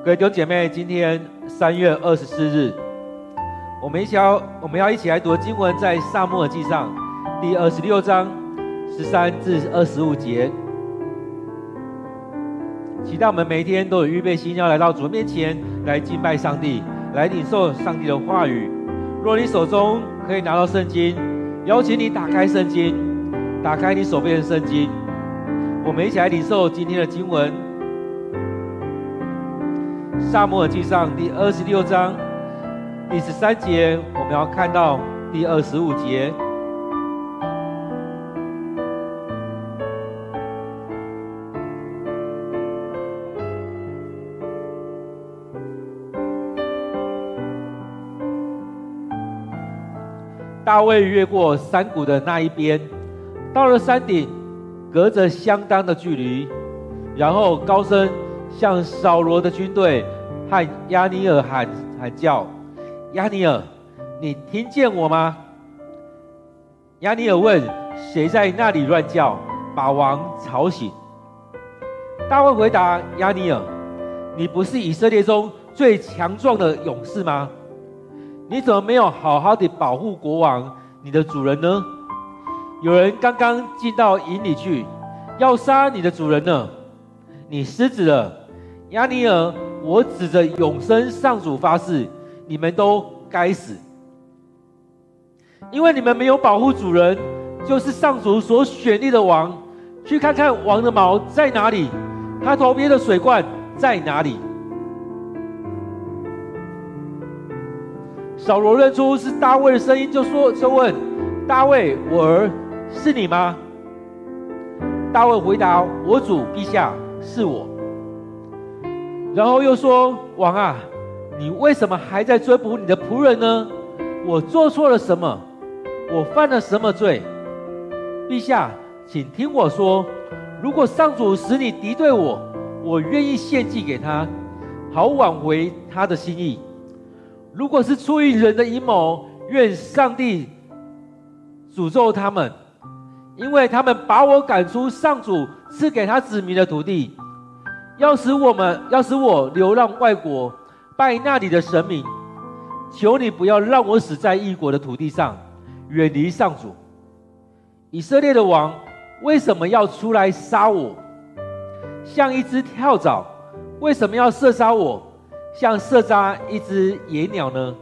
各位弟兄姐妹，今天3月24日，我们要一起来读的经文在撒母耳记上第26章13至25节。期待我们每一天都有预备心，要来到主面前来敬拜上帝，来领受上帝的话语。若你手中可以拿到圣经，邀请你打开圣经，打开你手边的圣经，我们一起来领受今天的经文。撒母耳记上第26章第13节，我们要看到第25节。大卫越过山谷的那一边，到了山顶，隔着相当的距离，然后高声向扫罗的军队和亚尼尔喊叫：亚尼尔，你听见我吗？亚尼尔问：谁在那里乱叫，把王吵醒？大卫回答亚尼尔：你不是以色列中最强壮的勇士吗？你怎么没有好好的保护国王你的主人呢？有人刚刚进到营里去，要杀你的主人呢，你失职了。亚尼尔，我指着永生上主发誓，你们都该死，因为你们没有保护主人，就是上主所选立的王。去看看王的矛在哪里，他头边的水罐在哪里？扫罗认出是大卫的声音，就问大卫：我儿，是你吗？大卫回答：我主陛下，是我。然后又说：王啊，你为什么还在追捕你的仆人呢？我做错了什么？我犯了什么罪？陛下，请听我说，如果上主使你敌对我，我愿意献祭给他，好挽回他的心意。如果是出于人的阴谋，愿上帝诅咒他们，因为他们把我赶出上主赐给他子民的土地，要使我流浪外国，拜那里的神明。求你不要让我死在异国的土地上，远离上主。以色列的王为什么要出来杀我？像一只跳蚤，为什么要射杀我？像射杀一只野鸟呢？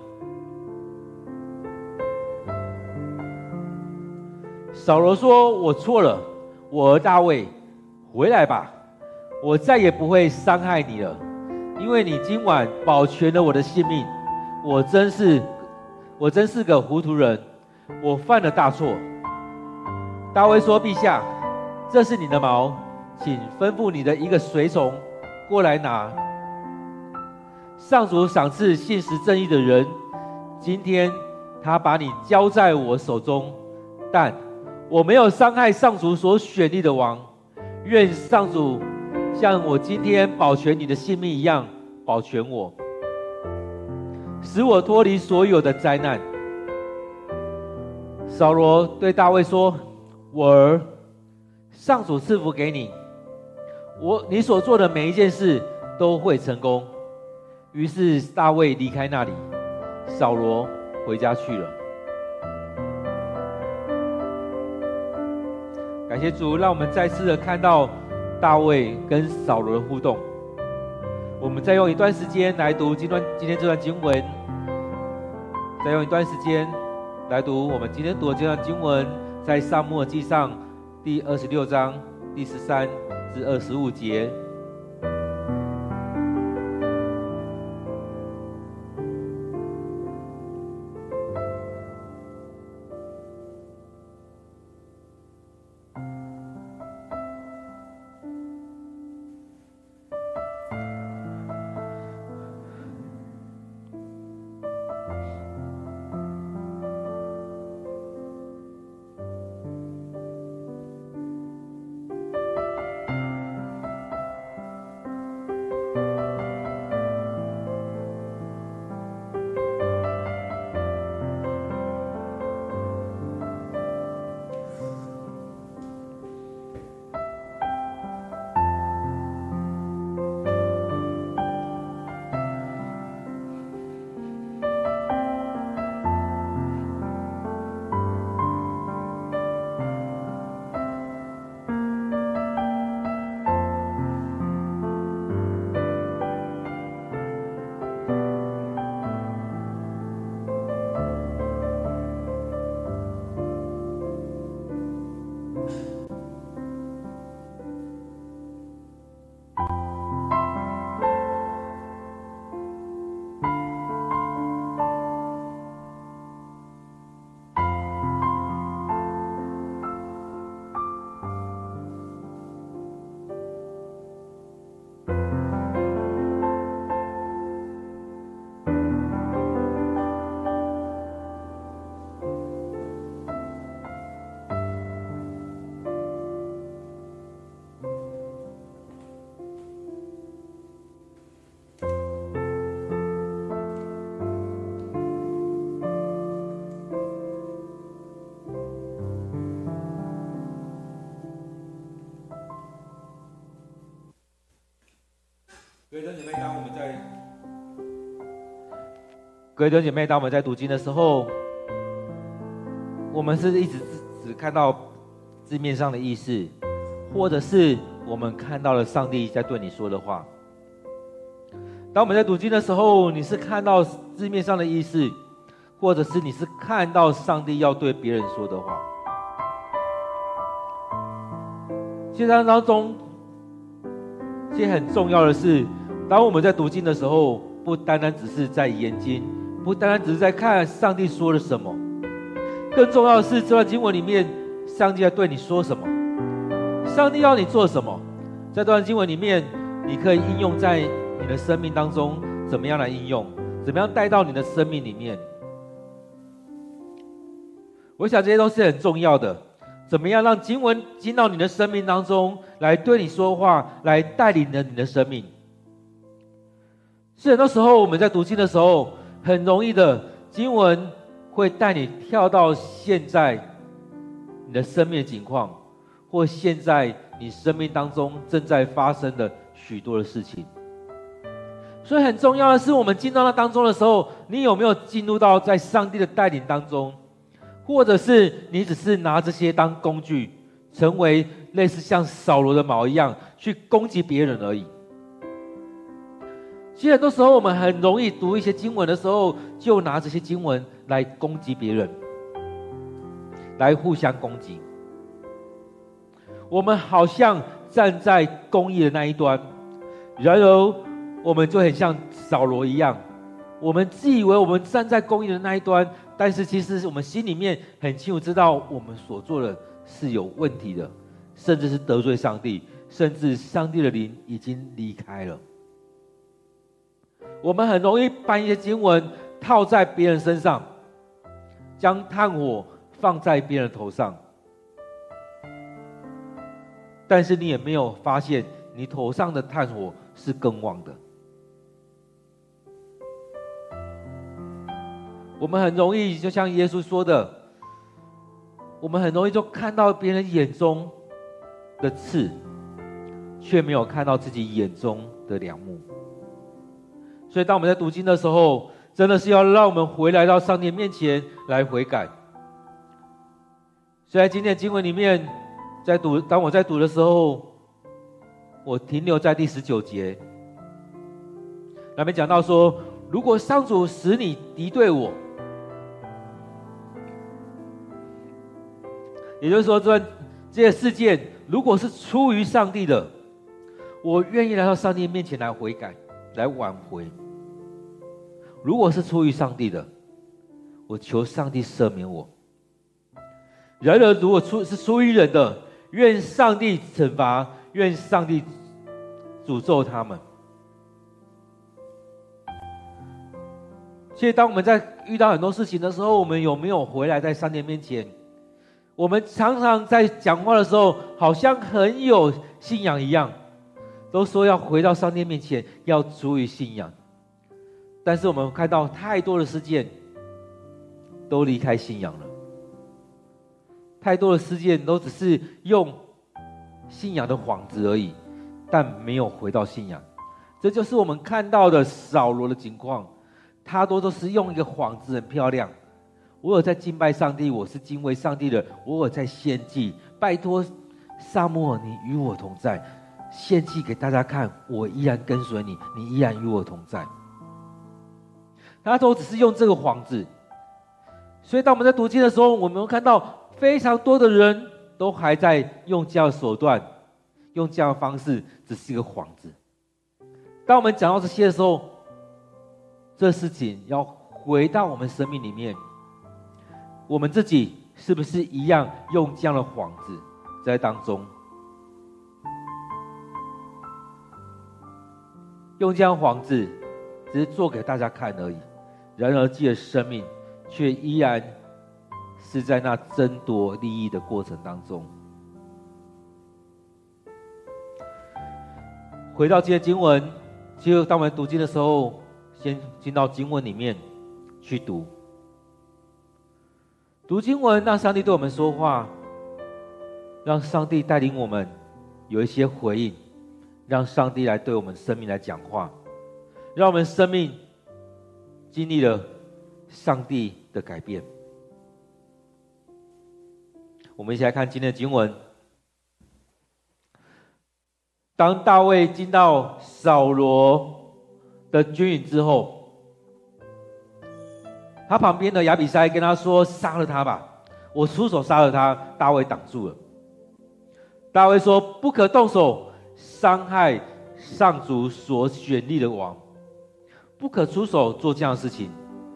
扫罗说：我错了，我儿大卫，回来吧，我再也不会伤害你了，因为你今晚保全了我的性命。我真是个糊涂人，我犯了大错。大卫说：陛下，这是你的矛，请吩咐你的一个随从过来拿。上主赏赐信实正义的人，今天他把你交在我手中，但我没有伤害上主所选立的王。愿上主像我今天保全你的性命一样保全我，使我脱离所有的灾难。扫罗对大卫说：我儿，上主赐福给你，你所做的每一件事都会成功。于是大卫离开那里，扫罗回家去了。感谢主，让我们再次的看到大卫跟扫罗的互动。我们再用一段时间来读今天这段经文，再用一段时间来读我们今天读的这段经文，在撒母耳记上第26章第13至25节。 各位弟兄姐妹，当我们在读经的时候，我们是一直只看到字面上的意思，或者是我们看到了上帝在对你说的话。当我们在读经的时候，你是看到字面上的意思，或者是你是看到上帝要对别人说的话。其实当中，其实很重要的是，当我们在读经的时候，不单单只是在研经，不单单只是在看上帝说了什么，更重要的是这段经文里面，上帝在对你说什么，上帝要你做什么。在这段经文里面，你可以应用在你的生命当中，怎么样来应用，怎么样带到你的生命里面。我想这些都是很重要的，怎么样让经文进到你的生命当中，来对你说话，来带领你的生命。是很多时候我们在读经的时候，很容易的经文会带你跳到现在你的生命的情况，或现在你生命当中正在发生的许多的事情。所以很重要的是，我们进到那当中的时候，你有没有进入到在上帝的带领当中，或者是你只是拿这些当工具，成为类似像扫罗的矛一样去攻击别人而已。其实很多时候我们很容易读一些经文的时候，就拿这些经文来攻击别人，来互相攻击。我们好像站在公义的那一端，然而我们就很像扫罗一样，我们自以为我们站在公义的那一端，但是其实我们心里面很清楚知道我们所做的是有问题的，甚至是得罪上帝，甚至上帝的灵已经离开了。我们很容易把一些经文套在别人身上，将炭火放在别人头上，但是你也没有发现你头上的炭火是更旺的。我们很容易就像耶稣说的，我们很容易就看到别人眼中的刺，却没有看到自己眼中的梁木。所以当我们在读经的时候，真的是要让我们回来到上帝面前来悔改。所以在今天的经文里面，当我在读的时候，我停留在第19节，那边讲到说，如果上主使你敌对我，也就是说这些事件如果是出于上帝的，我愿意来到上帝面前来悔改，来挽回。如果是出于上帝的，我求上帝赦免我。然而如果是出于人的，愿上帝惩罚，愿上帝诅咒他们。其实当我们在遇到很多事情的时候，我们有没有回来在上帝面前？我们常常在讲话的时候好像很有信仰一样，都说要回到上帝面前，要出于信仰。但是我们看到太多的事件都离开信仰了，太多的事件都只是用信仰的幌子而已，但没有回到信仰。这就是我们看到的扫罗的情况，他都是用一个幌子，很漂亮，我有在敬拜上帝，我是敬畏上帝的，我有在献祭，拜托撒母耳，你与我同在，献祭给大家看，我依然跟随你，你依然与我同在。他都只是用这个幌子。所以当我们在读经的时候，我们会看到非常多的人都还在用这样的手段，用这样的方式，只是一个幌子。当我们讲到这些的时候，这事情要回到我们生命里面，我们自己是不是一样用这样的幌子在当中，用这样的幌子只是做给大家看而已，然而自己的生命却依然是在那争夺利益的过程当中。回到这些经文，其实当我们读经的时候，先进到经文里面去读。读经文，让上帝对我们说话，让上帝带领我们有一些回应， 让上帝来对我们生命来讲话，让我们生命经历了上帝的改变。我们一起来看今天的经文。当大卫进到扫罗的军营之后，他旁边的亚比筛跟他说：杀了他吧，我出手杀了他。大卫挡住了。大卫说：不可动手伤害上主所选立的王，不可出手做这样的事情。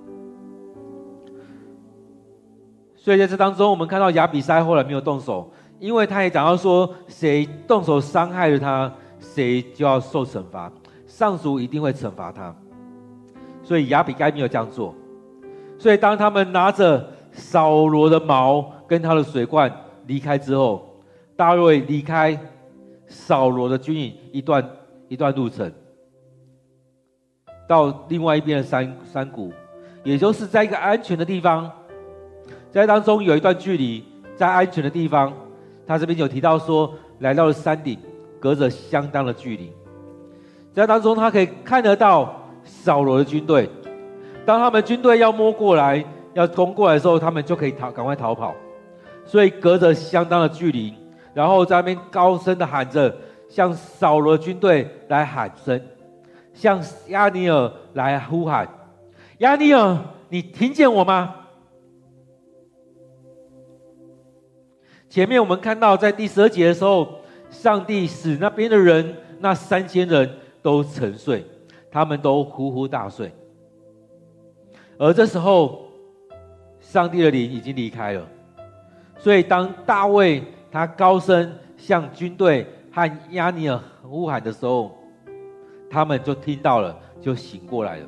所以在这当中，我们看到亚比筛后来没有动手，因为他也讲到说，谁动手伤害了他，谁就要受惩罚，上主一定会惩罚他。所以亚比该没有这样做。所以当他们拿着扫罗的矛跟他的水罐离开之后，大卫离开扫罗的军营一段路程，到另外一边的山谷，也就是在一个安全的地方。在当中有一段距离，在安全的地方，他这边有提到说，来到了山顶，隔着相当的距离。在当中，他可以看得到扫罗的军队。当他们军队要摸过来、要攻过来的时候，他们就可以赶快逃跑。所以隔着相当的距离，然后在那边高声的喊着，向扫罗的军队来喊声，向亚尼尔来呼喊：亚尼尔，你听见我吗？前面我们看到，在第12节的时候，上帝使那边的人，那3000人都沉睡，他们都呼呼大睡。而这时候，上帝的灵已经离开了。所以当大卫他高声向军队和亚尼尔呼喊的时候，他们就听到了，就醒过来了。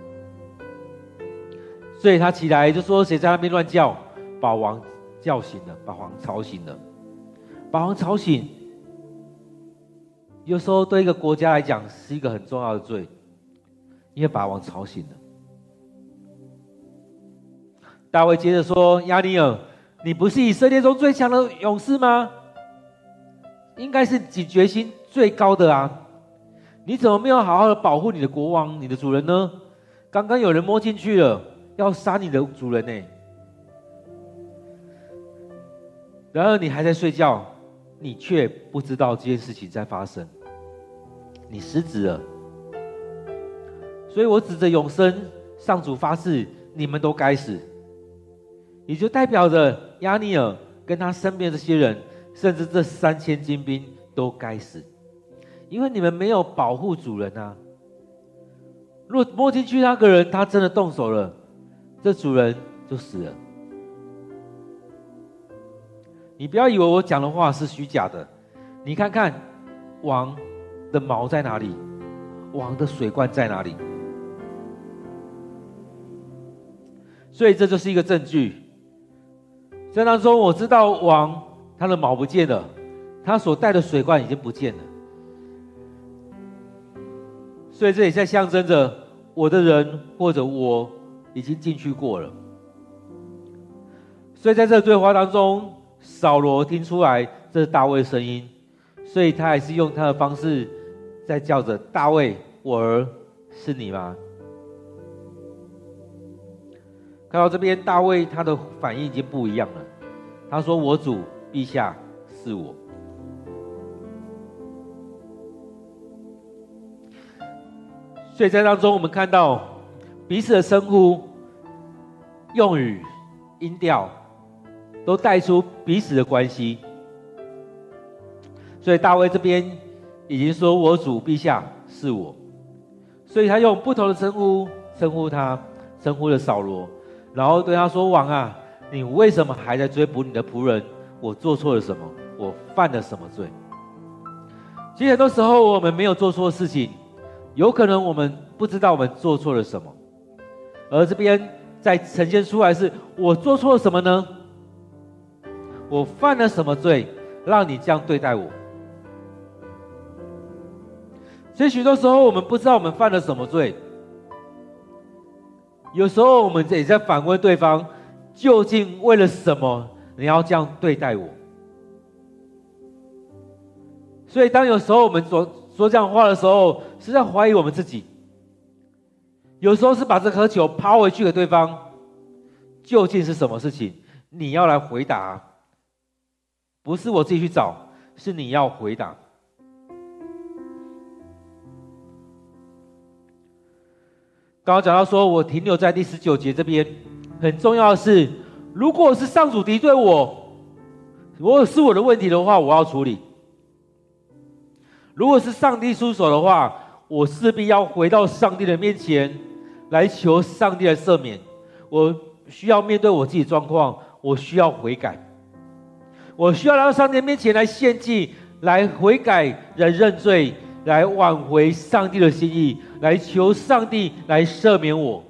所以他起来就说：谁在那边乱叫？把王叫醒了，把王吵醒了。把王吵醒，有时候对一个国家来讲是一个很重要的罪，因为把王吵醒了。大卫接着说：亚尼尔，你不是以色列中最强的勇士吗？应该是警觉心最高的啊，你怎么没有好好的保护你的国王、你的主人呢？刚刚有人摸进去了，要杀你的主人呢。然而你还在睡觉，你却不知道这件事情在发生，你失职了。所以我指着永生上主发誓，你们都该死。也就代表着亚尼尔跟他身边的这些人，甚至这3000精兵都该死，因为你们没有保护主人啊。如果摸进去那个人他真的动手了，这主人就死了。你不要以为我讲的话是虚假的，你看看王的矛在哪里，王的水罐在哪里。所以这就是一个证据。在当中我知道王他的矛不见了，他所带的水罐已经不见了。所以这也在象征着我的人或者我已经进去过了。所以在这个对话当中，扫罗听出来这是大卫的声音，所以他还是用他的方式在叫着：大卫，我儿，是你吗？看到这边，大卫他的反应已经不一样了。他说：我主陛下，是我。所以在当中我们看到彼此的称呼、用语、音调都带出彼此的关系。所以大卫这边已经说：我主陛下，是我。所以他用不同的称呼称呼了扫罗，然后对他说：王啊，你为什么还在追捕你的仆人？我做错了什么？我犯了什么罪？其实很多时候我们没有做错事情，有可能我们不知道我们做错了什么，而这边在呈现出来是：我做错了什么呢？我犯了什么罪，让你这样对待我？所以许多时候我们不知道我们犯了什么罪，有时候我们也在反问对方：究竟为了什么你要这样对待我？所以当有时候我们说这样话的时候，是在怀疑我们自己。有时候是把这颗球抛回去给对方，究竟是什么事情？你要来回答，不是我自己去找，是你要回答。刚刚讲到说，我停留在第19节这边，很重要的是，如果是上主敌对我，如果是我的问题的话，我要处理；如果是上帝出手的话，我势必要回到上帝的面前，来求上帝的赦免。我需要面对我自己的状况，我需要悔改，我需要来到上帝的面前来献祭，来悔改，来认罪，来挽回上帝的心意，来求上帝来赦免我。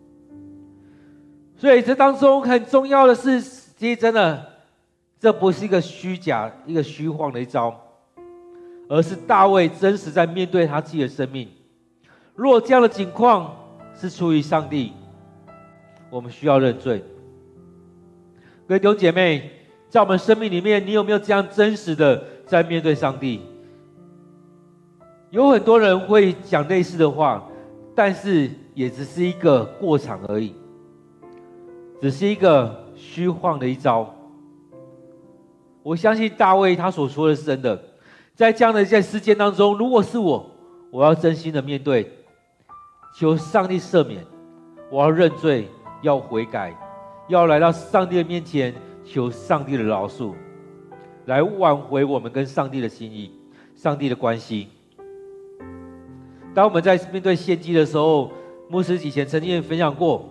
所以这当中很重要的是，其实真的，这不是一个虚假、一个虚晃的一招，而是大卫真实在面对他自己的生命。如果这样的情况是出于上帝，我们需要认罪。各位弟兄姐妹，在我们生命里面，你有没有这样真实的在面对上帝？有很多人会讲类似的话，但是也只是一个过场而已，只是一个虚晃的一招。我相信大卫他所说的是真的。在这样的一件事件当中，如果是我要真心的面对，求上帝赦免，我要认罪，要悔改，要来到上帝的面前，求上帝的饶恕，来挽回我们跟上帝的心意、上帝的关系。当我们在面对献祭的时候，牧师以前曾经分享过，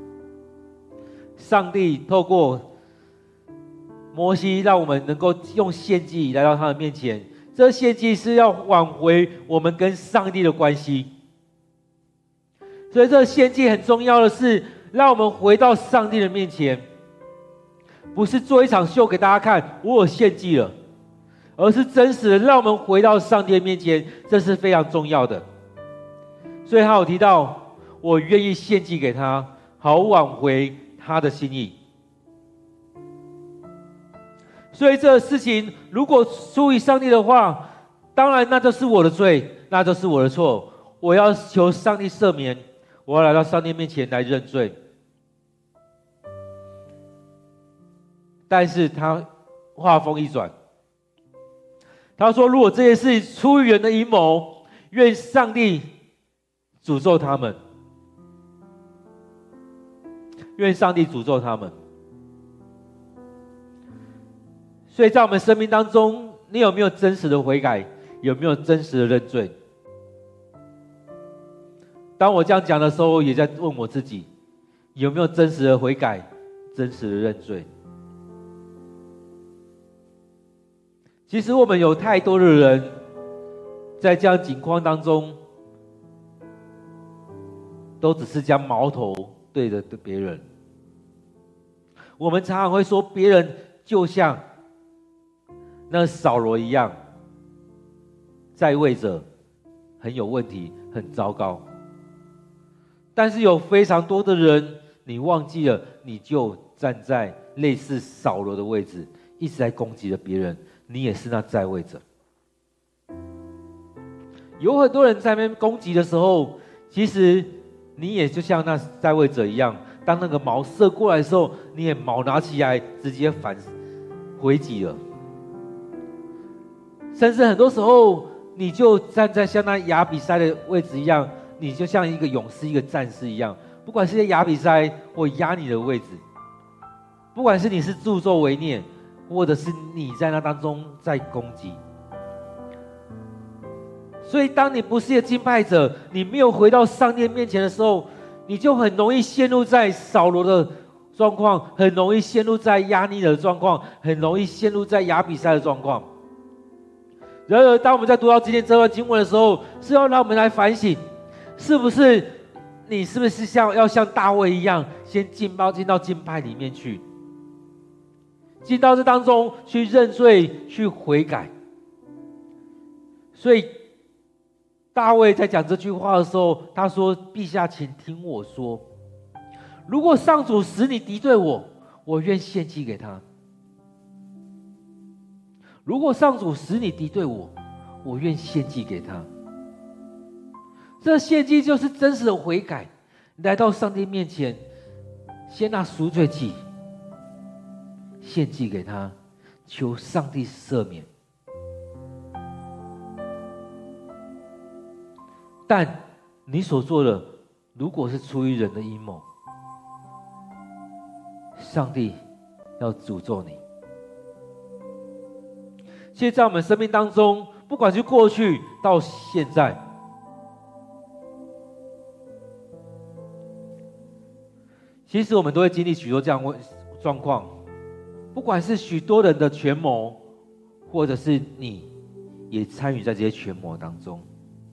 上帝透过摩西让我们能够用献祭来到他的面前，这献祭是要挽回我们跟上帝的关系。所以这献祭很重要的是让我们回到上帝的面前，不是做一场秀给大家看我有献祭了，而是真实的让我们回到上帝的面前，这是非常重要的。所以他有提到，我愿意献祭给他，好挽回他的心意。所以这个事情如果出于上帝的话，当然那就是我的罪，那就是我的错，我要求上帝赦免，我要来到上帝面前来认罪。但是他话锋一转，他说，如果这件事情出于人的阴谋，愿上帝诅咒他们，愿上帝诅咒他们。所以在我们生命当中，你有没有真实的悔改？有没有真实的认罪？当我这样讲的时候，也在问我自己，有没有真实的悔改，真实的认罪？其实我们有太多的人在这样情况当中，都只是将矛头对着别人。我们常常会说别人就像那扫罗一样，在位者很有问题，很糟糕。但是有非常多的人，你忘记了，你就站在类似扫罗的位置，一直在攻击着别人，你也是那在位者。有很多人在那边攻击的时候，其实你也就像那在位者一样，当那个矛射过来的时候，你也矛拿起来直接回击了。甚至很多时候，你就站在像那亚比筛的位置一样，你就像一个勇士、一个战士一样，不管是在亚比筛或压你的位置，不管是你是助纣为虐，或者是你在那当中在攻击。所以当你不是一个敬拜者，你没有回到上帝面前的时候，你就很容易陷入在扫罗的状况，很容易陷入在压逆的状况，很容易陷入在亚比筛的状况。然而当我们在读到今天这段经文的时候，是要让我们来反省，是不是要像大卫一样，先进到敬拜里面去，进到这当中去认罪，去悔改。所以大卫在讲这句话的时候，他说：陛下请听我说，如果上主使你敌对我，我愿献祭给他。如果上主使你敌对我， 我愿献祭给他。这献祭就是真实的悔改，来到上帝面前，先拿赎罪祭献祭给他，求上帝赦免。但你所做的，如果是出于人的阴谋，上帝要诅咒你。其实在我们生命当中，不管是过去到现在，其实我们都会经历许多这样的状况，不管是许多人的权谋，或者是你也参与在这些权谋当中。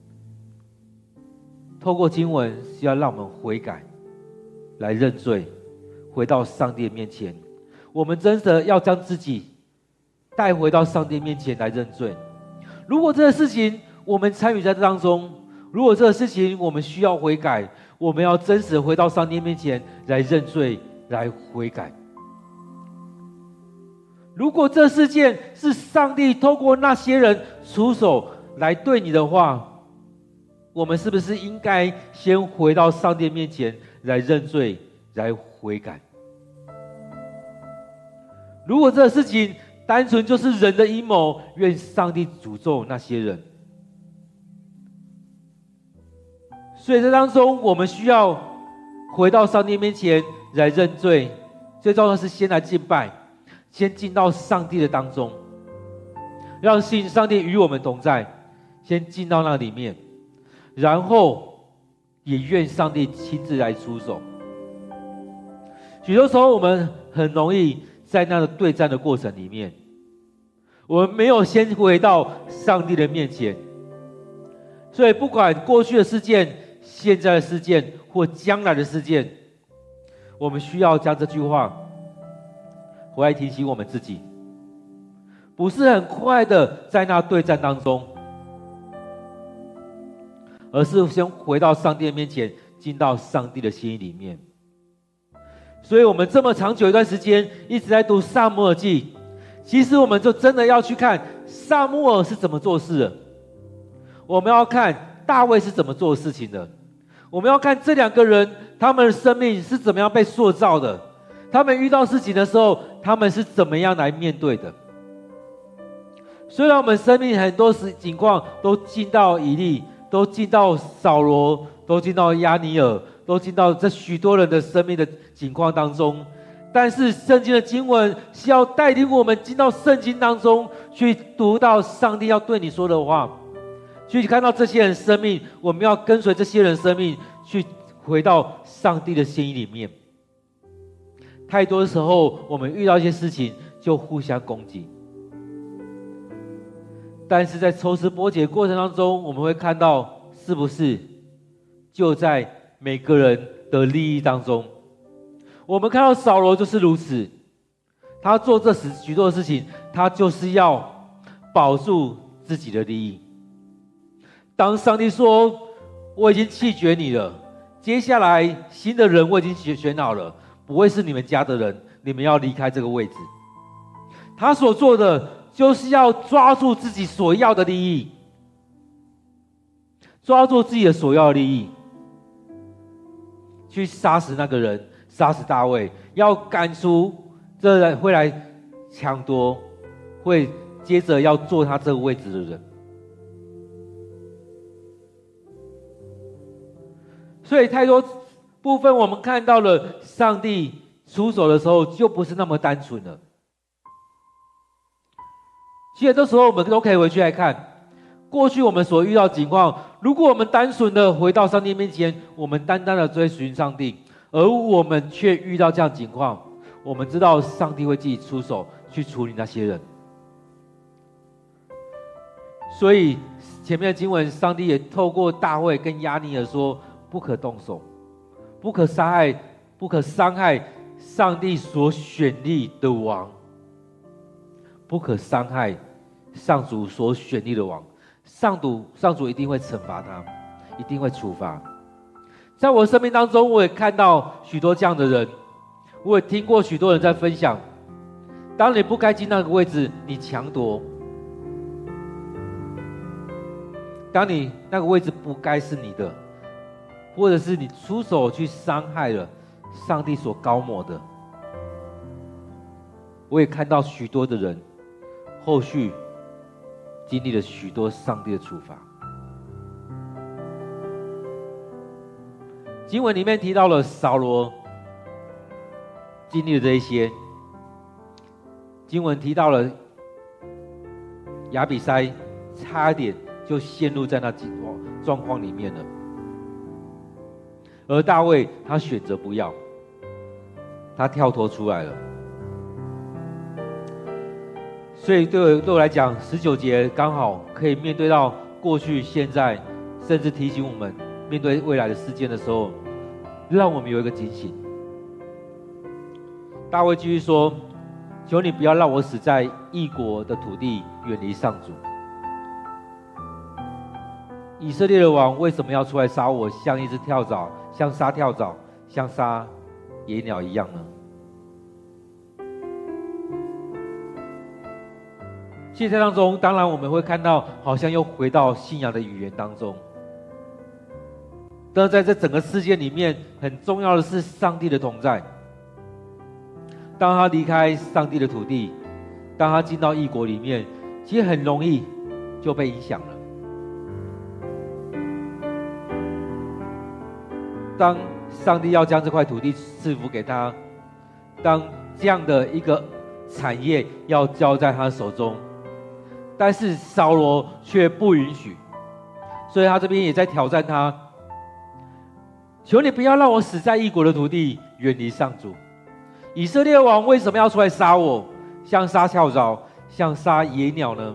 透过经文是要让我们悔改，来认罪，回到上帝的面前。我们真的要将自己带回到上帝面前来认罪。如果这个事情我们参与在这当中，如果这个事情我们需要悔改，我们要真实回到上帝面前来认罪，来悔改。如果这事件是上帝透过那些人出手来对你的话，我们是不是应该先回到上帝面前来认罪，来悔改？如果这个事情单纯就是人的阴谋，愿上帝诅咒那些人。所以这当中我们需要回到上帝面前来认罪，最重要的是先来敬拜，先进到上帝的当中，让信上帝与我们同在，先进到那里面，然后也愿上帝亲自来出手。许多时候我们很容易在那个对战的过程里面，我们没有先回到上帝的面前，所以不管过去的事件、现在的事件或将来的事件，我们需要将这句话回来提醒我们自己，不是很快的在那对战当中，而是先回到上帝的面前，进到上帝的心意里面。所以我们这么长久一段时间一直在读撒母耳记，其实我们就真的要去看撒母耳是怎么做事的，我们要看大卫是怎么做事情的，我们要看这两个人他们的生命是怎么样被塑造的，他们遇到事情的时候他们是怎么样来面对的。虽然我们生命很多情况都进到以利，都进到扫罗，都进到押尼珥，都进到这许多人的生命的情况当中，但是圣经的经文是要带领我们进到圣经当中去读到上帝要对你说的话，去看到这些人生命，我们要跟随这些人生命去回到上帝的心意里面。太多的时候我们遇到一些事情就互相攻击，但是在抽丝剥茧的过程当中，我们会看到是不是就在每个人的利益当中。我们看到扫罗就是如此，他做这许多的事情，他就是要保住自己的利益。当上帝说我已经弃绝你了，接下来新的人我已经选好了，不会是你们家的人，你们要离开这个位置。他所做的就是要抓住自己所要的利益，抓住自己的所要的利益，去杀死那个人，杀死大卫，要赶出这人会来抢夺，会接着要坐他这个位置的人。所以太多部分我们看到了上帝出手的时候就不是那么单纯了。其实这时候我们都可以回去来看过去我们所遇到的情况，如果我们单纯的回到上帝面前，我们单单的追寻上帝，而我们却遇到这样的情况，我们知道上帝会自己出手去处理那些人。所以前面的经文，上帝也透过大卫跟押尼珥说，不可动手，不可杀害，不可伤害上帝所选立的王，不可伤害上主所选立的王。上主一定会惩罚他，一定会处罚。在我的生命当中，我也看到许多这样的人，我也听过许多人在分享，当你不该进那个位置，你强夺， 当你那个位置不该是你的，或者是你出手去伤害了上帝所膏抹的，我也看到许多的人后续经历了许多上帝的处罚。经文里面提到了扫罗经历了这一些，经文提到了亚比筛差一点就陷入在那状况里面了，而大卫他选择不要，他跳脱出来了。所以对我来讲，19节刚好可以面对到过去、现在，甚至提醒我们面对未来的事件的时候，让我们有一个警醒。大卫继续说：“求你不要让我死在异国的土地，远离上主。以色列的王为什么要出来杀我，像一只跳蚤，像杀跳蚤，像杀野鸟一样呢？”现在当中，当然我们会看到，好像又回到信仰的语言当中。但是在这整个事件里面，很重要的是上帝的同在。当他离开上帝的土地，当他进到异国里面，其实很容易就被影响了。当上帝要将这块土地赐福给他，当这样的一个产业要交在他手中，但是扫罗却不允许，所以他这边也在挑战他：求你不要让我死在异国的土地，远离上主。以色列王为什么要出来杀我，像杀跳蚤，像杀野鸟呢？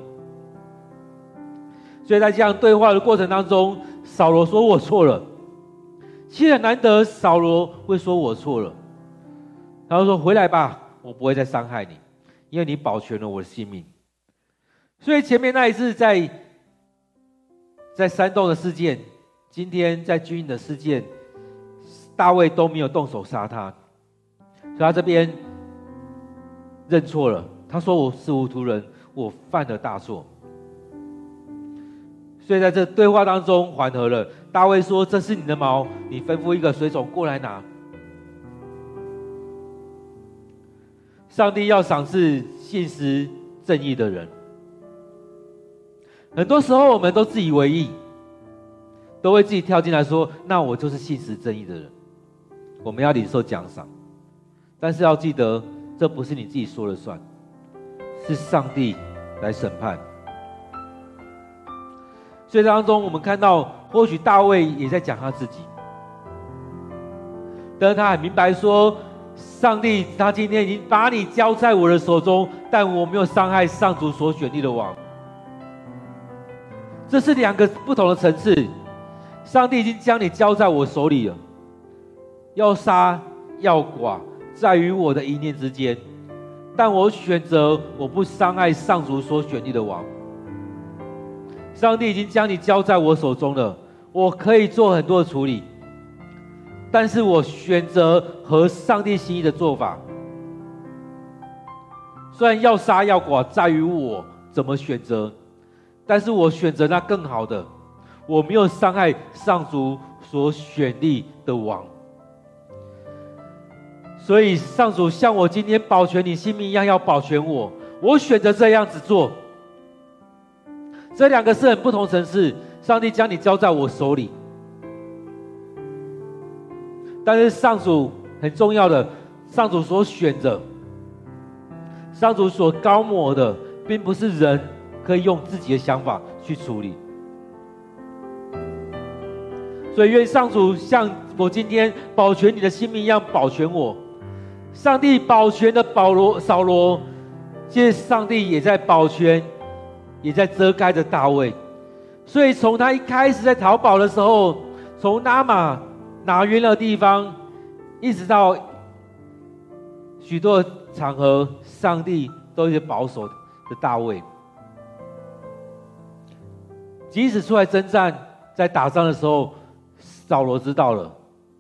所以在这样对话的过程当中，扫罗说我错了。其实很难得扫罗会说我错了，然后说回来吧，我不会再伤害你，因为你保全了我的性命。所以前面那一次在山洞的事件，今天在军营的事件，大卫都没有动手杀他，所以他这边认错了，他说我是糊涂人，我犯了大错。所以在这对话当中缓和了。大卫说：“这是你的矛，你吩咐一个随从过来拿。”上帝要赏赐信实正义的人。很多时候我们都自以为意，都会自己跳进来说：“那我就是信实正义的人，我们要领受奖赏。”但是要记得，这不是你自己说了算，是上帝来审判。所以当中我们看到，或许大卫也在讲他自己，但是他很明白说，上帝他今天已经把你交在我的手中，但我没有伤害上主所选立的王。这是两个不同的层次。上帝已经将你交在我手里了，要杀要剐在于我的一念之间，但我选择我不伤害上主所选立的王。上帝已经将你交在我手中了，我可以做很多的处理，但是我选择合上帝心意的做法。虽然要杀要剐在于我怎么选择，但是我选择那更好的，我没有伤害上主所选立的王。所以上主像我今天保全你性命一样要保全我，我选择这样子做。这两个是很不同层次，上帝将你交在我手里，但是上主很重要的，上主所选的，上主所膏抹的，并不是人可以用自己的想法去处理。所以愿上主像我今天保全你的性命一样保全我。上帝保全的扫罗，其实上帝也在保全，也在遮盖着大卫。所以从他一开始在逃跑的时候，从拿玛拿约的地方，一直到许多场合，上帝都是保守的大卫。即使出来征战，在打仗的时候，扫罗知道了，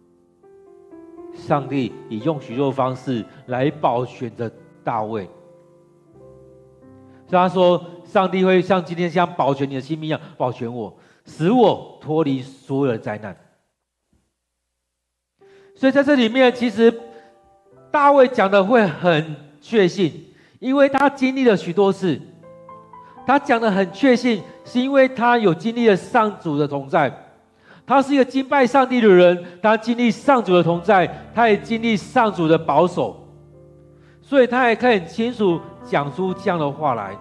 上帝以用许多方式来保全着大卫。所以他说，上帝会像今天像保全你的性命一样保全我。 使我脱离所有的灾难。所以在这里面，其实大卫讲的会很确信，因为他经历了许多事。他讲的很确信，是因为他有经历了上主的同在。他是一个敬拜上帝的人，他经历上主的同在，他也经历上主的保守，所以他也可以很清楚讲出这样的话来。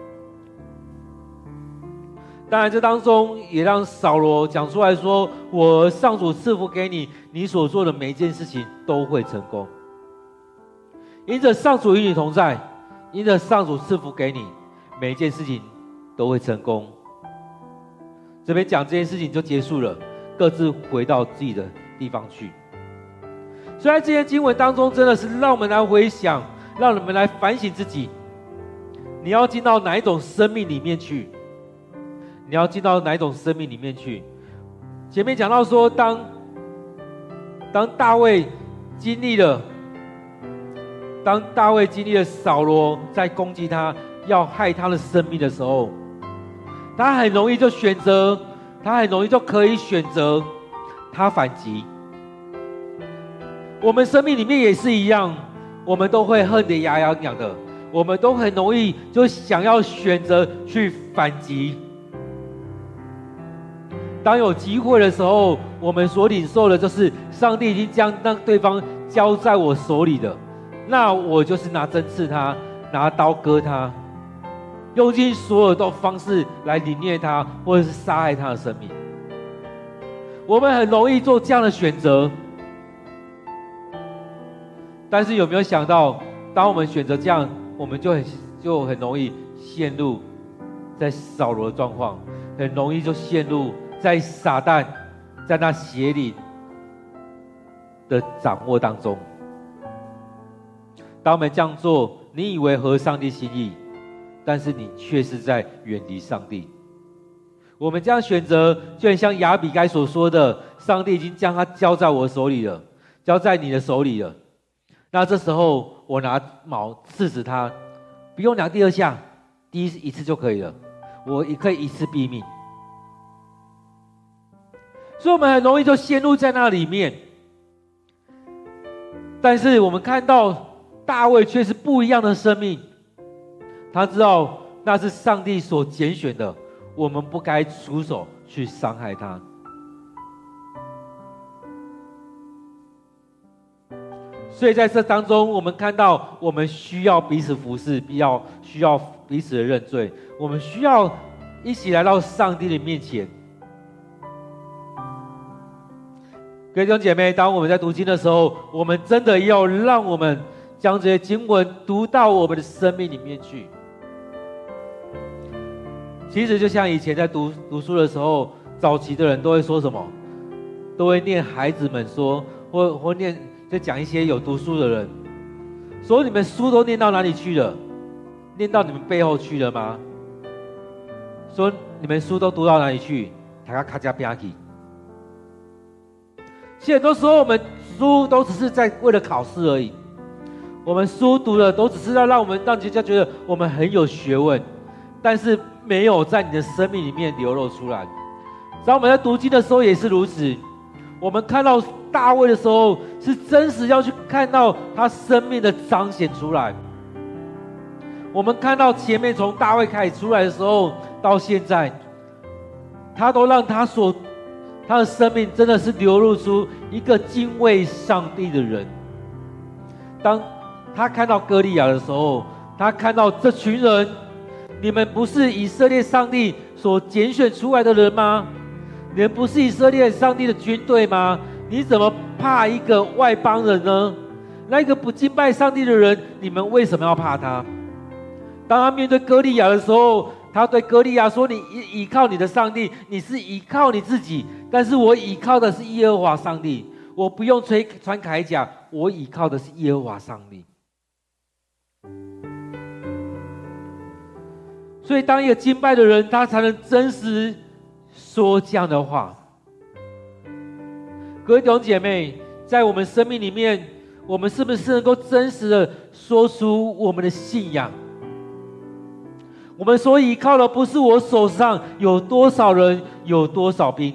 当然这当中也让扫罗讲出来说，我上主赐福给你，你所做的每一件事情都会成功。因着上主与你同在，因着上主赐福给你，每一件事情都会成功。这边讲这件事情就结束了，各自回到自己的地方去。所以在这些经文当中，真的是让我们来回想，让我们来反省自己，你要进到哪一种生命里面去？你要进到哪一种生命里面去？前面讲到说，当大卫经历了扫罗在攻击他，要害他的生命的时候，他很容易就可以选择他反击。我们生命里面也是一样，我们都会恨得牙痒痒的，我们都很容易就想要选择去反击。当有机会的时候，我们所领受的就是上帝已经将那对方交在我手里的，那我就是拿针刺他，拿刀割他，用尽所有的方式来凌虐他，或者是杀害他的生命。我们很容易做这样的选择，但是有没有想到，当我们选择这样，我们就很容易陷入在扫罗的状况，很容易就陷入在撒旦在那邪灵的掌握当中。当我们这样做，你以为合上帝心意，但是你却是在远离上帝。我们这样选择，就很像亚比该所说的，上帝已经将他交在我手里了，交在你的手里了。那这时候我拿矛刺死他，不用量第二下，一次就可以了，我也可以一次毙命。所以我们很容易就陷入在那里面。但是我们看到大卫却是不一样的生命，他知道那是上帝所拣选的，我们不该出手去伤害他。所以在这当中，我们看到我们需要彼此服侍，需要彼此的认罪，我们需要一起来到上帝的面前。各位弟兄姐妹，当我们在读经的时候，我们真的要让我们将这些经文读到我们的生命里面去。其实就像以前在读书的时候，早期的人都会说什么，都会念孩子们说，或念就讲一些有读书的人说，你们书都念到哪里去了？念到你们背后去了吗？说你们书都读到哪里去？大家卡加比亚基。其实很多时候我们书都只是在为了考试而已，我们书读的都只是要让人家觉得我们很有学问，但是没有在你的生命里面流露出来。当我们在读经的时候也是如此，我们看到大卫的时候，是真实要去看到他生命的彰显出来。我们看到前面从大卫开始出来的时候到现在，他都让他的生命真的是流露出一个敬畏上帝的人。当他看到歌利亚的时候，他看到这群人，你们不是以色列上帝所拣选出来的人吗？你们不是以色列上帝的军队吗？你怎么怕一个外邦人呢？那一个不敬拜上帝的人，你们为什么要怕他？当他面对歌利亚的时候，他对歌利亚说，你依靠你的上帝，你是依靠你自己，但是我依靠的是耶和华上帝，我不用穿铠甲，我依靠的是耶和华上帝。所以当一个敬拜的人，他才能真实说这样的话。各位弟兄姐妹，在我们生命里面，我们是不是能够真实的说出我们的信仰？ 我们所依靠的不是我手上有多少人，有多少兵。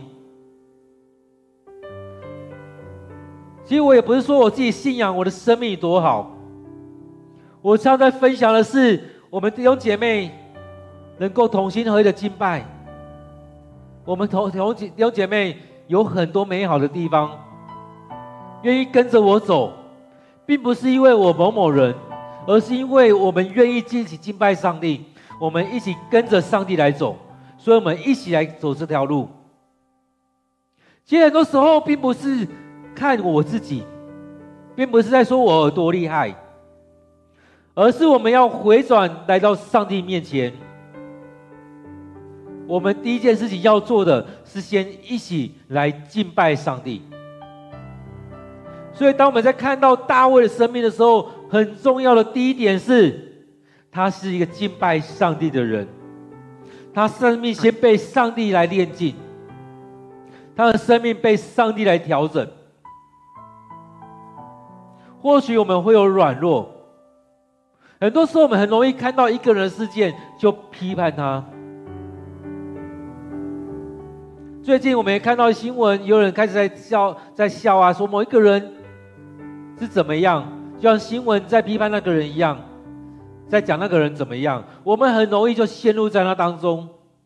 其实我也不是说我自己信仰我的生命多好，我常在分享的是我们弟兄姐妹能够同心合一的敬拜。我们弟兄姐妹有很多美好的地方，愿意跟着我走，并不是因为我某某人，而是因为我们愿意一起敬拜上帝，我们一起跟着上帝来走，所以我们一起来走这条路。其实很多时候并不是看我自己，并不是在说我有多厉害，而是我们要回转来到上帝面前。我们第一件事情要做的是先一起来敬拜上帝。所以当我们在看到大卫的生命的时候，很重要的第一点是，他是一个敬拜上帝的人，他生命先被上帝来炼净，他的生命被上帝来调整。或许我们会有软弱，很多时候我们很容易看到一个人的事件就批判他。最近我们也看到新闻，有人开始在笑啊，说某一个人是怎么样，就像新闻在批判那个人一样，在讲那个人怎么样，我们很容易就陷入在那当中。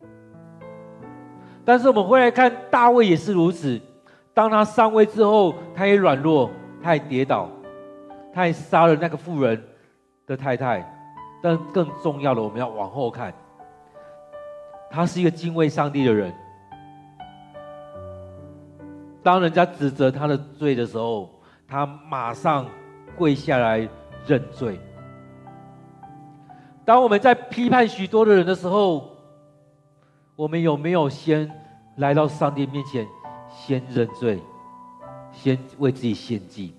但是我们会来看大卫也是如此，当他上位之后，他也软弱，他也跌倒，他也杀了那个妇人的太太。但更重要的，我们要往后看，他是一个敬畏上帝的人。当人家指责他的罪的时候，他马上跪下来认罪。当我们在批判许多的人的时候，我们有没有先来到上帝面前，先认罪，先为自己献祭？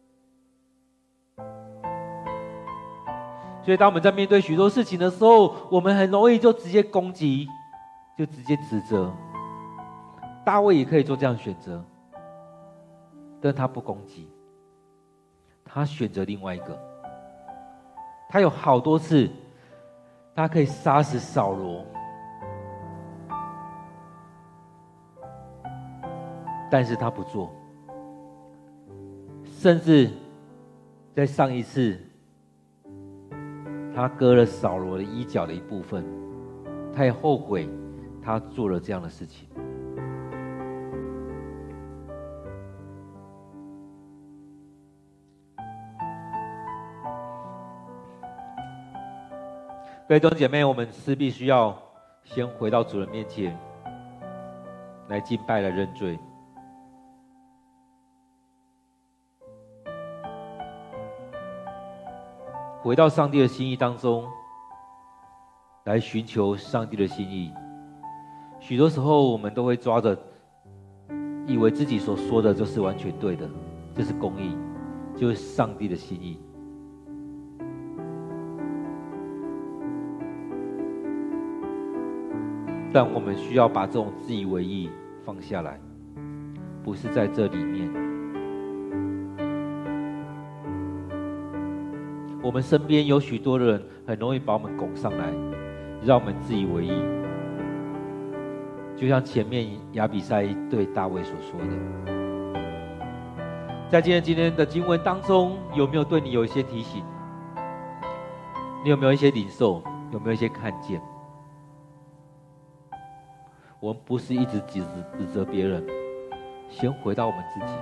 所以当我们在面对许多事情的时候，我们很容易就直接攻击，就直接指责。大卫也可以做这样的选择，但他不攻击，他选择另外一个。他有好多次他可以杀死扫罗，但是他不做。甚至在上一次，他割了扫罗的衣角的一部分，他也后悔他做了这样的事情。各位弟兄姐妹，我们势必需要先回到主人面前来敬拜，来认罪。回到上帝的心意当中，来寻求上帝的心意。许多时候我们都会抓着，以为自己所说的就是完全对的，这是公义，就是上帝的心意。但我们需要把这种自以为意放下来，不是在这里面。我们身边有许多的人很容易把我们拱上来，让我们自以为意。就像前面亚比赛对大卫所说的，在今天的经文当中，有没有对你有一些提醒？你有没有一些领受？有没有一些看见？我们不是一直指责别人，先回到我们自己。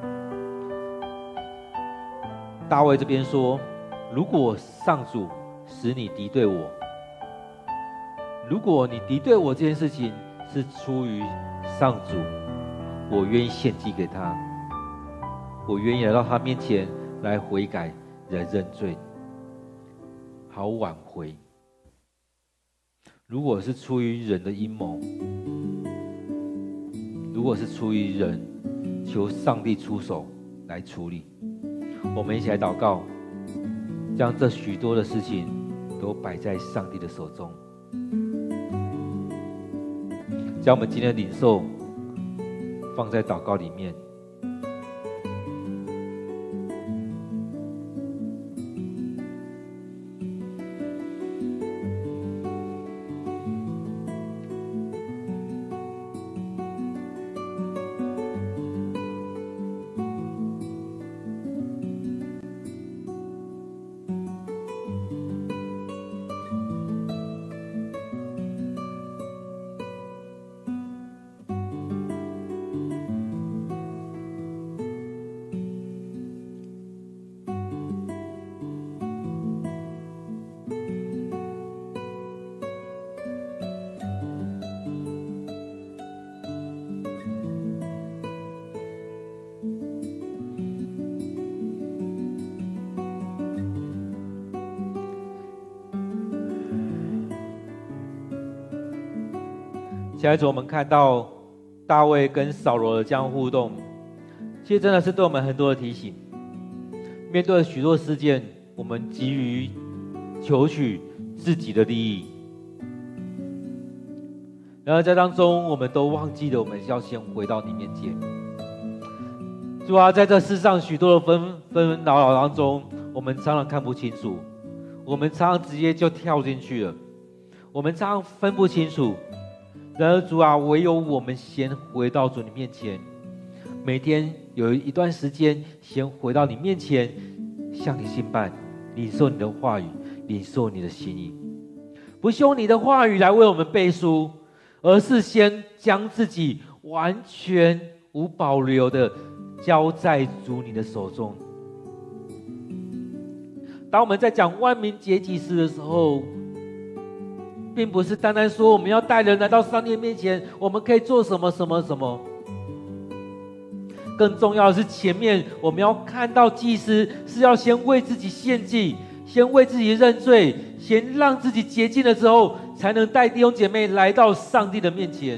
大卫这边说，如果上主使你敌对我，如果你敌对我这件事情是出于上主，我愿意献祭给他，我愿意来到他面前来悔改，来认罪，好挽回。如果是出于人的阴谋，如果是出于人，求上帝出手来处理。我们一起来祷告，将这许多的事情都摆在上帝的手中，将我们今天的领受放在祷告里面。 下一组我们看到大卫跟扫罗的这样互动，其实真的是对我们很多的提醒。面对许多事件，我们急于求取自己的利益，然而在当中，我们都忘记了我们要先回到你面前。主啊，在这世上许多的纷纷扰扰当中，我们常常看不清楚，我们常常直接就跳进去了，我们常常分不清楚。然而主啊，唯有我们先回到主你面前，每天有一段时间先回到你面前，向你敬拜，领受你的话语，领受你的心意，不是用你的话语来为我们背书，而是先将自己完全无保留的交在主你的手中。当我们在讲万民皆祭司的时候，并不是单单说我们要带人来到上帝面前，我们可以做什么什么什么。更重要的是，前面我们要看到祭司是要先为自己献祭，先为自己认罪，先让自己洁净了之后，才能带弟兄姐妹来到上帝的面前。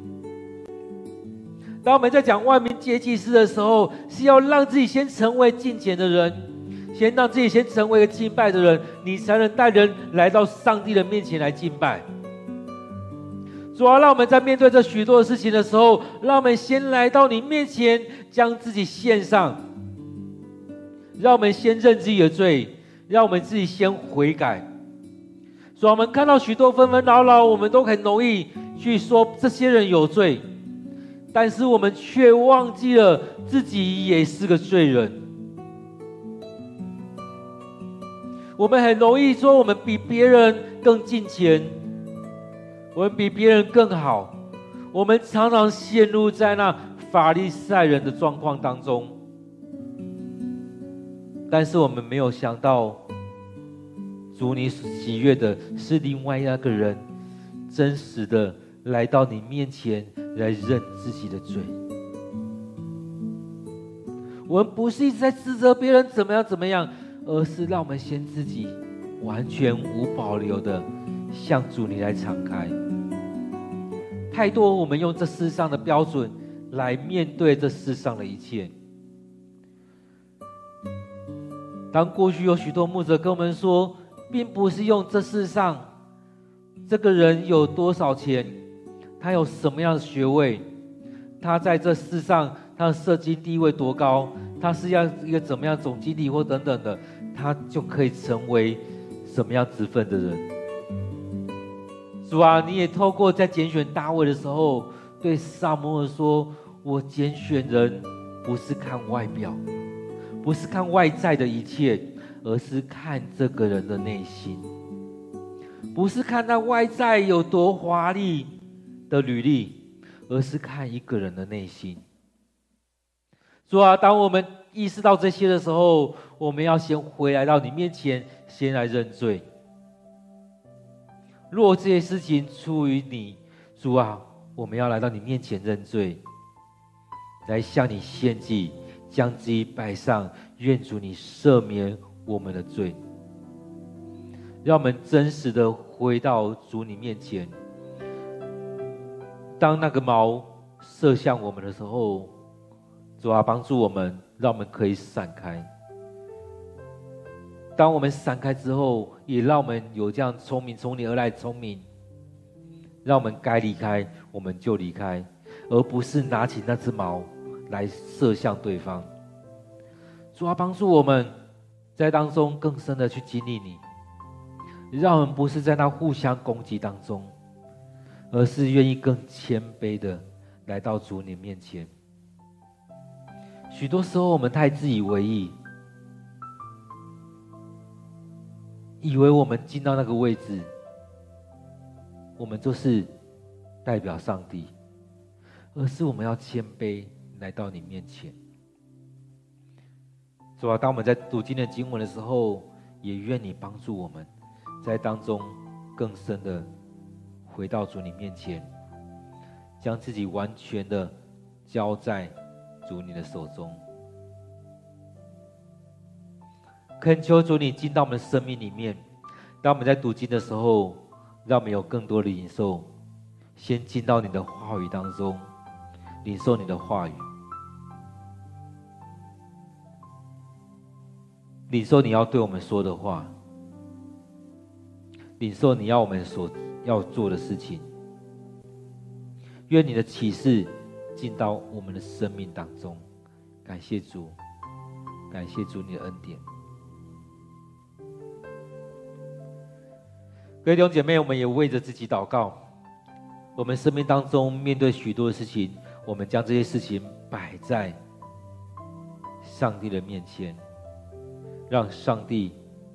当我们在讲万民皆祭司的时候，是要让自己先成为敬虔的人，先让自己先成为一个敬拜的人，你才能带人来到上帝的面前来敬拜。主要让我们在面对这许多的事情的时候，让我们先来到你面前，将自己献上，让我们先认自己的罪，让我们自己先悔改。所以我们看到许多纷纷扰扰，我们都很容易去说这些人有罪，但是我们却忘记了自己也是个罪人。我们很容易说我们比别人更敬虔，我们比别人更好，我们常常陷入在那法利赛人的状况当中，但是我们没有想到，主你喜悦的是另外一个人真实的来到你面前来认自己的罪。我们不是一直在指责别人怎么样怎么样，而是让我们先自己完全无保留的向主你来敞开。太多我们用这世上的标准来面对这世上的一切。当过去有许多牧者跟我们说，并不是用这世上这个人有多少钱，他有什么样的学位，他在这世上他的社经地位多高，他是要一个怎么样总经理或等等的，他就可以成为什么样职分的人。主啊，你也透过在拣选大卫的时候，对撒母耳说，我拣选人不是看外表，不是看外在的一切，而是看这个人的内心，不是看他外在有多华丽的履历，而是看一个人的内心。主啊，当我们意识到这些的时候，我们要先回来到你面前，先来认罪。若这些事情出于你，主啊，我们要来到你面前认罪，来向你献祭，将自己摆上，愿主你赦免我们的罪。让我们真实的回到主你面前。当那个矛射向我们的时候，主啊，帮助我们，让我们可以闪开。当我们闪开之后，也让我们有这样聪明，从你而来的聪明，让我们该离开我们就离开，而不是拿起那只矛来射向对方。主啊，帮助我们在当中更深的去经历你，让我们不是在那互相攻击当中，而是愿意更谦卑的来到主你面前。许多时候我们太自以为意，以为我们进到那个位置，我们就是代表上帝，而是我们要谦卑来到你面前。主啊，当我们在读今天的经文的时候，也愿你帮助我们在当中更深的回到主你面前，将自己完全的交在主你的手中。恳求主你进到我们的生命里面，当我们在读经的时候，让我们有更多的领受， 先进到你的话语当中，领受你的话语，领受你要对我们说的话，领受你要我们所要做的事情。愿你的启示进到我们的生命当中。感谢主，感谢主你的恩典。各位弟兄姐妹，我们也为着自己祷告。我们生命当中面对许多的事情，我们将这些事情摆在上帝的面前，让上帝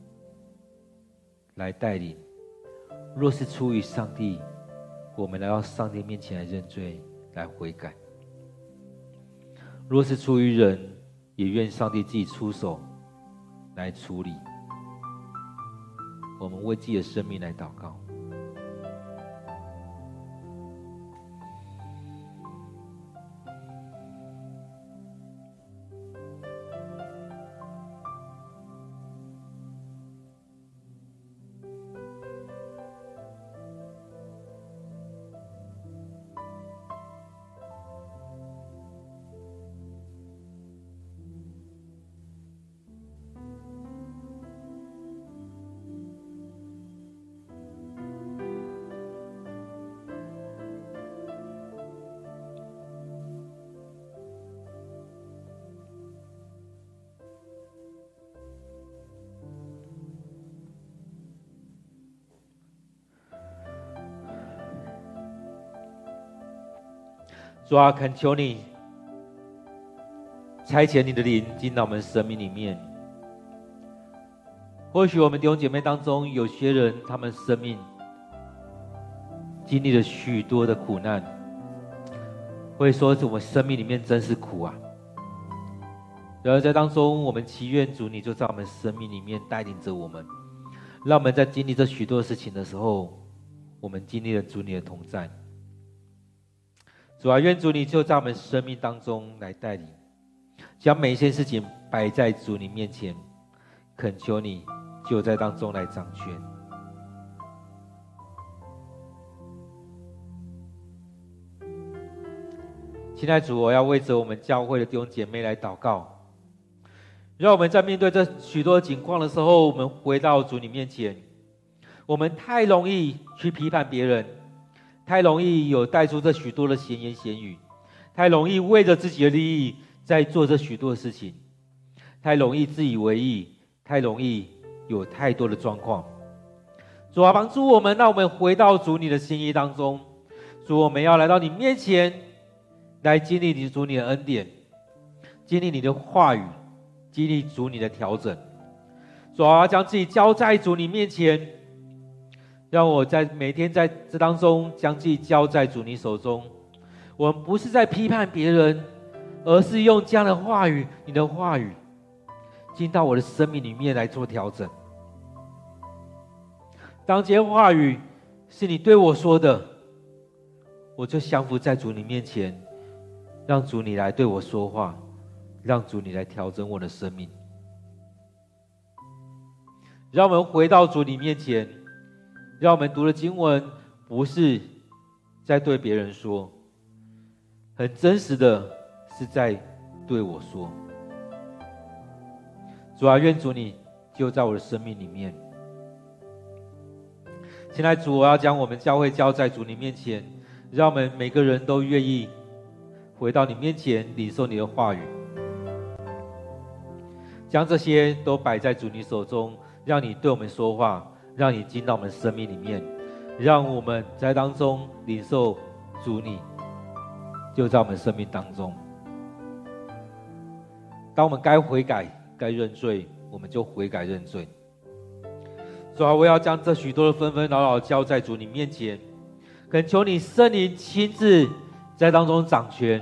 来带领。若是出于上帝，我们来到上帝面前来认罪，来悔改；若是出于人，也愿上帝自己出手来处理。我们为自己的生命来祷告。主啊，恳求你差遣你的灵进到我们生命里面。或许我们弟兄姐妹当中有些人，他们生命经历了许多的苦难，会说我们生命里面真是苦啊。然而在当中，我们祈愿主你就在我们生命里面带领着我们，让我们在经历这许多事情的时候，我们经历了主你的同在。主啊，愿主你就在我们生命当中来带领，将每一件事情摆在主你面前，恳求你就在当中来掌权。亲爱的主，我要为着我们教会的弟兄姐妹来祷告，让我们在面对这许多情况的时候，我们回到主你面前。我们太容易去批判别人，太容易有带出这许多的闲言闲语，太容易为着自己的利益在做这许多的事情，太容易自以为意，太容易有太多的状况。主啊，帮助我们，让我们回到主你的心意当中。主，我们要来到你面前，来经历你主你的恩典，经历你的话语，经历主你的调整。主啊，将自己交在主你面前，让我在每天在这当中将自己交在主你手中。我们不是在批判别人，而是用这样的话语，你的话语进到我的生命里面来做调整。当这些话语是你对我说的，我就降服在主你面前，让主你来对我说话，让主你来调整我的生命。让我们回到主你面前，让我们读的经文不是在对别人说，很真实的是在对我说。主啊，愿主你就在我的生命里面。现在主，我要将我们教会交在主你面前，让我们每个人都愿意回到你面前，领受你的话语，将这些都摆在主你手中，让你对我们说话，让你进到我们生命里面，让我们在当中领受主你就在我们生命当中。当我们该悔改该认罪，我们就悔改认罪。主啊，我要将这许多的纷纷扰扰交在主你面前，恳求你圣灵亲自在当中掌权。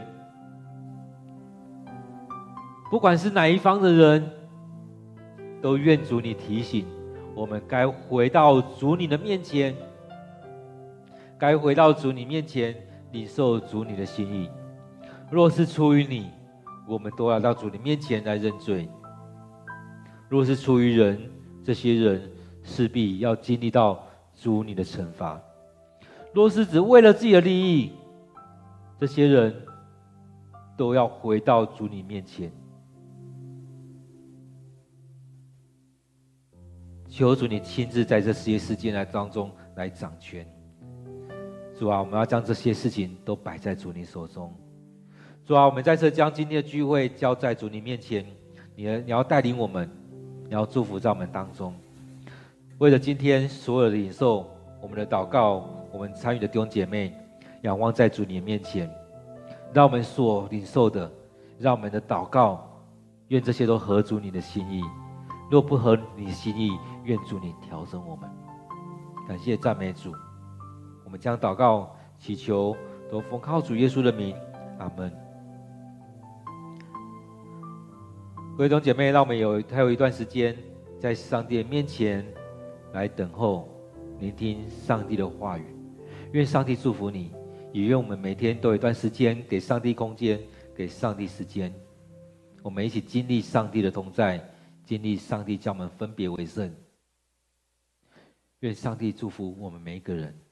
不管是哪一方的人，都愿主你提醒我们该回到主你的面前，该回到主你面前领受主你的心意。若是出于你，我们都要到主你面前来认罪；若是出于人，这些人势必要经历到主你的惩罚。 若是只为了自己的利益，这些人都要回到主你面前。求主你亲自在这些事件当中来掌权。主啊，我们要将这些事情都摆在主你手中。主啊，我们在这将今天的聚会交在主你面前，你要带领我们，你要祝福在我们当中。为了今天所有的领受，我们的祷告，我们参与的弟兄姐妹，仰望在主你面前，让我们所领受的，让我们的祷告，愿这些都合主你的心意。若不合你的心意，愿主你调整我们。感谢赞美主，我们将祷告祈求都奉靠主耶稣的名，阿们。各位弟兄姐妹，让我们还有一段时间在上帝的面前来等候聆听上帝的话语。愿上帝祝福你，也愿我们每天都有一段时间给上帝空间，给上帝时间，我们一起经历上帝的同在，经历上帝将我们分别为圣。愿上帝祝福我们每一个人。